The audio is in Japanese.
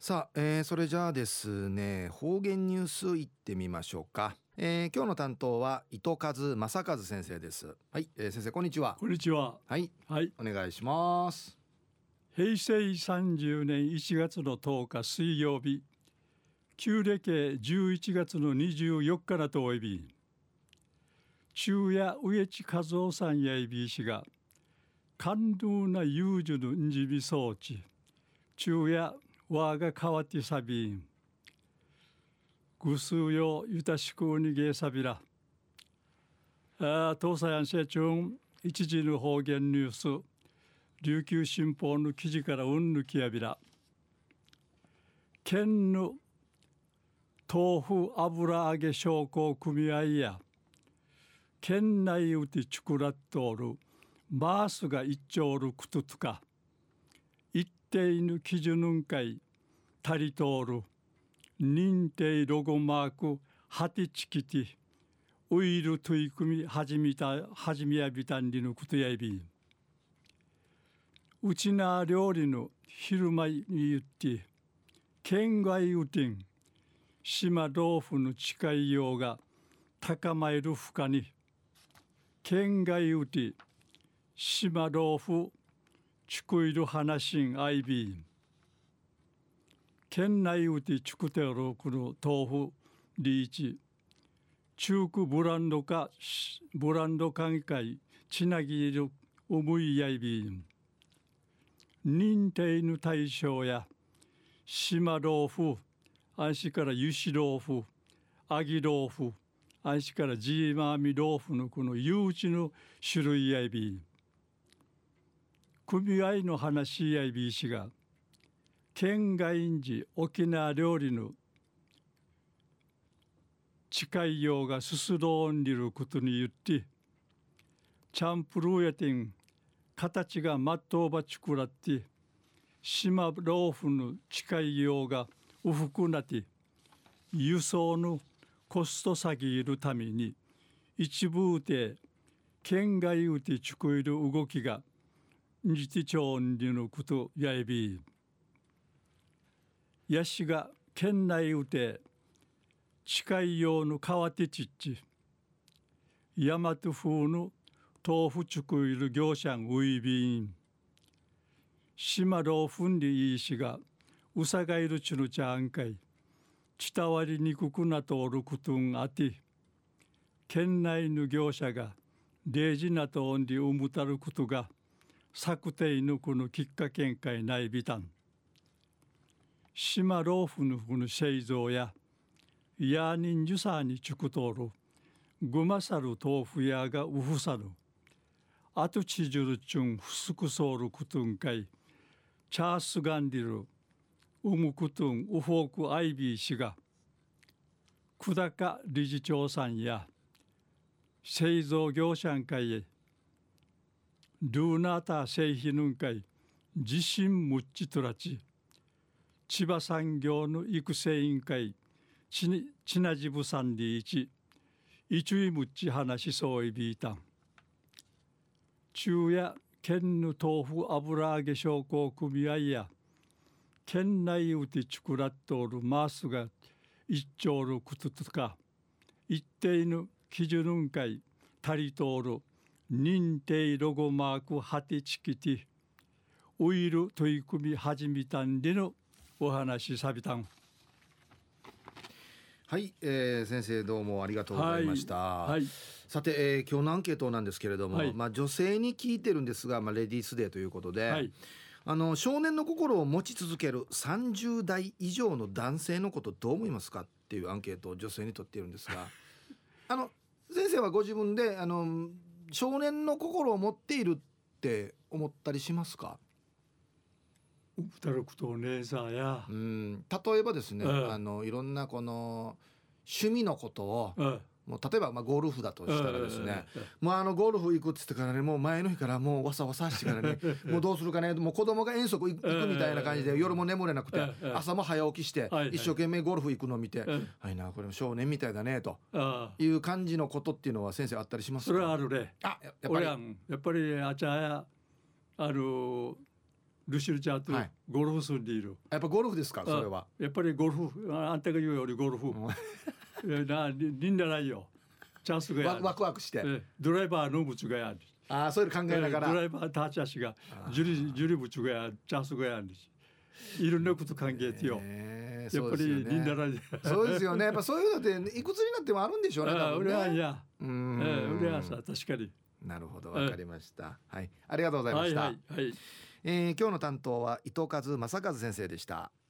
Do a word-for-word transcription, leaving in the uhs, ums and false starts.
さあ、えーそれじゃあですね、方言ニュースいってみましょうか。えー今日の担当は糸数正和先生です。はい、えー先生こんにちは。 こんにちは。 はい、 はい。 お願いします。 平成さんじゅうねんいちがつのとおか水曜日、旧暦じゅういちがつのにじゅうよっかなとおいび、中夜植地和夫さんやいびいしが、感動な友情のんじび装置、中夜わが変わってさびん、ぐすうよゆたしくうにげさびら、あ東西安社長一時の方言ニュース、琉球新報の記事からうんぬきやびら。県の豆腐油揚げ商工組合や県内うてちくらっとおるマースが一丁るくとつか一定の基準んかい足りとおる認定ロゴマークはてちきてウイル取り組み始めた始めやびたんりのことやいびうちな料理の昼間に言って県外うてん島豆腐の近いようが高まえるふかに県外うて島豆腐ちくいる話んあいびん県内うてちくておるこの豆腐リーチ中古ブランド化ブランド関係ちなぎる思いやいびん認定の対象や島豆腐あんしから油脂豆腐揚げ豆腐あんしからジーマーミ豆腐のこの誘致の種類やいび組合の話やいびしが県外んじ沖縄料理の近いようがすすどんりることに言ってチャンプルーやてん形がまっとうばちくらって島豆腐の近いようがうふくなって輸送のコスト下げるために一部で県外うてちくいる動きが日てちょんりのことやいびやしが県内うて近いようの川手ちっち大和風の豆腐ちくいる業者んういびん島豆腐んりいいしがうさがいるちぬちゃんかい伝わりにくくなとおることんあて県内の業者が例示なとおんりうむたることが策定のこのきっかけんかいないびたん島豆腐のこの製造ややにんじゅさにちくとおるぐまさる豆腐屋がうふさるあとちじゅるちゅんふすくそうることんかいチャースガンディルウムクトゥンウフォークアイビー氏が久高理事長さんや製造業者ん会へルーナータ製品ん会自信むっちとらち千葉産業の育成委員会ちにちなじぶさんでいちいちいむっち話しそういびいたん中や県の豆腐油揚げ商工組合や県内うてちくらっとおるマースが一丁ることとか一定の基準んかい足りとおる認定ロゴマークはてちきてウイル取り組み始めたんでのお話さびたんはい、えー先生どうもありがとうございました。 はいはいさて、えー今日のアンケートなんですけれども、 はいまあ、女性に聞いてるんですが、まあ、レディースデーということで、 はいあの少年の心を持ち続けるさんじゅうだい以上の男性のことどう思いますかっていうアンケートを女性にとっているんですがあの先生はご自分であの少年の心を持っているって思ったりしますか？ うふたることお姉さんやうん例えばですね、 うんあのいろんなこの趣味のことをうんもう例えばまあゴルフだとしたらですね、 うんもうあのゴルフ行くっつってからねもう前の日からもうわさわさしてからねもうどうするかねもう子供が遠足行くみたいな感じで夜も眠れなくてうん朝も早起きしてはいはい一生懸命ゴルフ行くのを見てうんはいなこれも少年みたいだねとああいう感じのことっていうのは先生あったりしますか？ それはあるねあややっぱり俺はやっぱりあちゃやあるルシルちゃんとはいゴルフするんでいる、 やっぱゴルフですかそれは。 やっぱりゴルフ、ああんたが言うよりゴルフえなりりんなないよ、チャンスがやるワワクワクしてえドライバーのぶつがやる、 ああそういうの考えながら、 ドライバータッチ足がジュリジュリぶつがやる、チャンスがやるし、いろんなこと考えてよ、 えーやっぱりりんなないそうですよね。やっぱそういうのっていくつになってもあるんでしょうね。 あ俺多分ねはや、 うえん俺はさ確かに。 なるほど、わかりました。はい、ありがとうございました。 はいはいはい。 えー今日の担当は伊藤和正和先生でした。